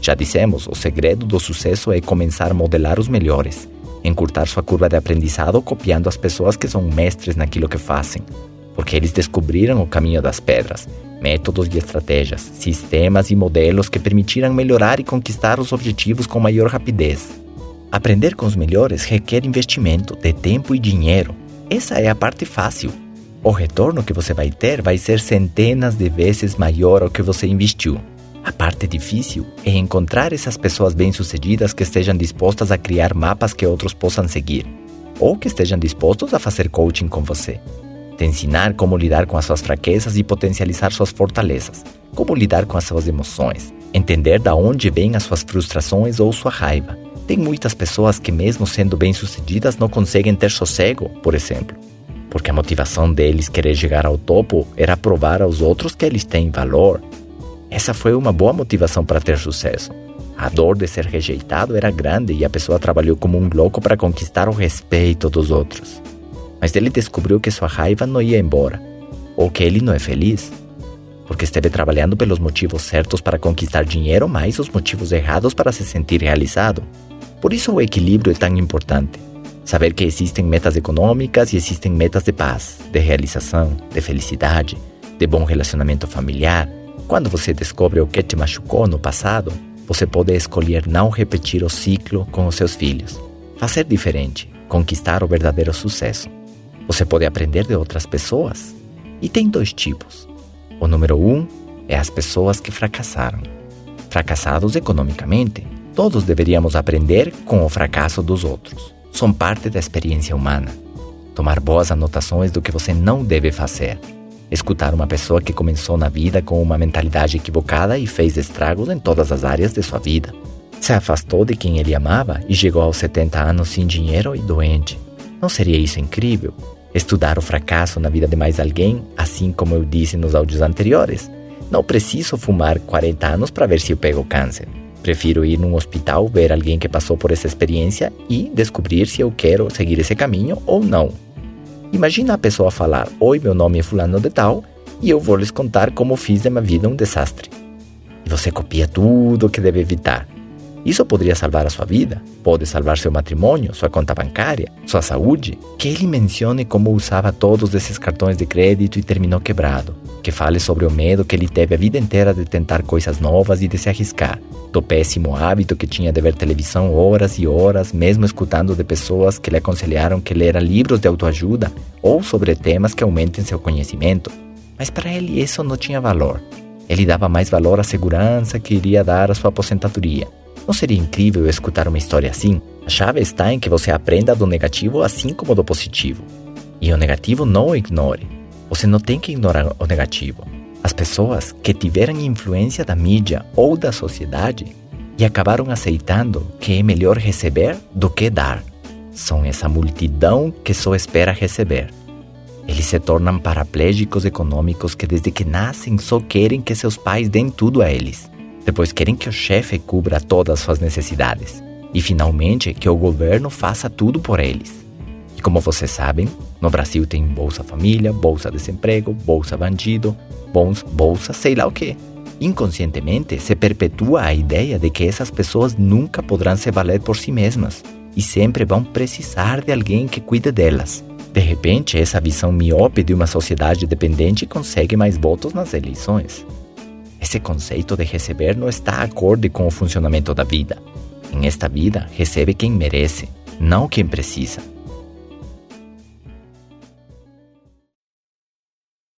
Já dissemos, o segredo do sucesso é começar a modelar os melhores, encurtar sua curva de aprendizado copiando as pessoas que são mestres naquilo que fazem, porque eles descobriram o caminho das pedras, métodos e estratégias, sistemas e modelos que permitiram melhorar e conquistar os objetivos com maior rapidez. Aprender com os melhores requer investimento de tempo e dinheiro. Essa é a parte fácil. O retorno que você vai ter vai ser centenas de vezes maior ao que você investiu. A parte difícil é encontrar essas pessoas bem-sucedidas que estejam dispostas a criar mapas que outros possam seguir, ou que estejam dispostos a fazer coaching com você. Te ensinar como lidar com as suas fraquezas e potencializar suas fortalezas, como lidar com as suas emoções, entender de onde vêm as suas frustrações ou sua raiva. Tem muitas pessoas que, mesmo sendo bem-sucedidas, não conseguem ter sossego, por exemplo, porque a motivação deles querer chegar ao topo era provar aos outros que eles têm valor. Essa foi uma boa motivação para ter sucesso. A dor de ser rejeitado era grande e a pessoa trabalhou como um louco para conquistar o respeito dos outros. Mas ele descobriu que sua raiva não ia embora, ou que ele não é feliz, porque esteve trabalhando pelos motivos certos para conquistar dinheiro, mais os motivos errados para se sentir realizado. Por isso o equilíbrio é tão importante. Saber que existem metas econômicas e existem metas de paz, de realização, de felicidade, de bom relacionamento familiar. Quando você descobre o que te machucou no passado, você pode escolher não repetir o ciclo com os seus filhos. Fazer diferente, conquistar o verdadeiro sucesso. Você pode aprender de outras pessoas. E tem 2 tipos. O número 1 é as pessoas que fracassaram. Fracassados economicamente. Todos deveríamos aprender com o fracasso dos outros. São parte da experiência humana. Tomar boas anotações do que você não deve fazer. Escutar uma pessoa que começou na vida com uma mentalidade equivocada e fez estragos em todas as áreas de sua vida. Se afastou de quem ele amava e chegou aos 70 anos sem dinheiro e doente. Não seria isso incrível? Estudar o fracasso na vida de mais alguém, assim como eu disse nos áudios anteriores. Não preciso fumar 40 anos para ver se eu pego câncer. Prefiro ir num hospital, ver alguém que passou por essa experiência e descobrir se eu quero seguir esse caminho ou não. Imagina a pessoa falar: "Oi, meu nome é fulano de tal e eu vou lhes contar como fiz de minha vida um desastre." E você copia tudo o que deve evitar. Isso poderia salvar a sua vida, pode salvar seu matrimônio, sua conta bancária, sua saúde. Que ele mencione como usava todos esses cartões de crédito e terminou quebrado. Que fale sobre o medo que ele teve a vida inteira de tentar coisas novas e de se arriscar. Do péssimo hábito que tinha de ver televisão horas e horas, mesmo escutando de pessoas que lhe aconselharam que lera livros de autoajuda ou sobre temas que aumentem seu conhecimento. Mas para ele isso não tinha valor. Ele dava mais valor à segurança que iria dar à sua aposentadoria. Não seria incrível escutar uma história assim? A chave está em que você aprenda do negativo assim como do positivo. E o negativo não o ignore. Você não tem que ignorar o negativo. As pessoas que tiveram influência da mídia ou da sociedade e acabaram aceitando que é melhor receber do que dar, são essa multidão que só espera receber. Eles se tornam paraplégicos econômicos que desde que nascem só querem que seus pais deem tudo a eles. Depois querem que o chefe cubra todas as suas necessidades. E finalmente que o governo faça tudo por eles. E como vocês sabem, no Brasil tem Bolsa Família, Bolsa Desemprego, Bolsa Bandido, Bolsa sei lá o quê. Inconscientemente se perpetua a ideia de que essas pessoas nunca poderão se valer por si mesmas e sempre vão precisar de alguém que cuide delas. De repente, essa visão miope de uma sociedade dependente consegue mais votos nas eleições. Esse conceito de receber não está acorde com o funcionamento da vida. Em esta vida, recebe quem merece, não quem precisa.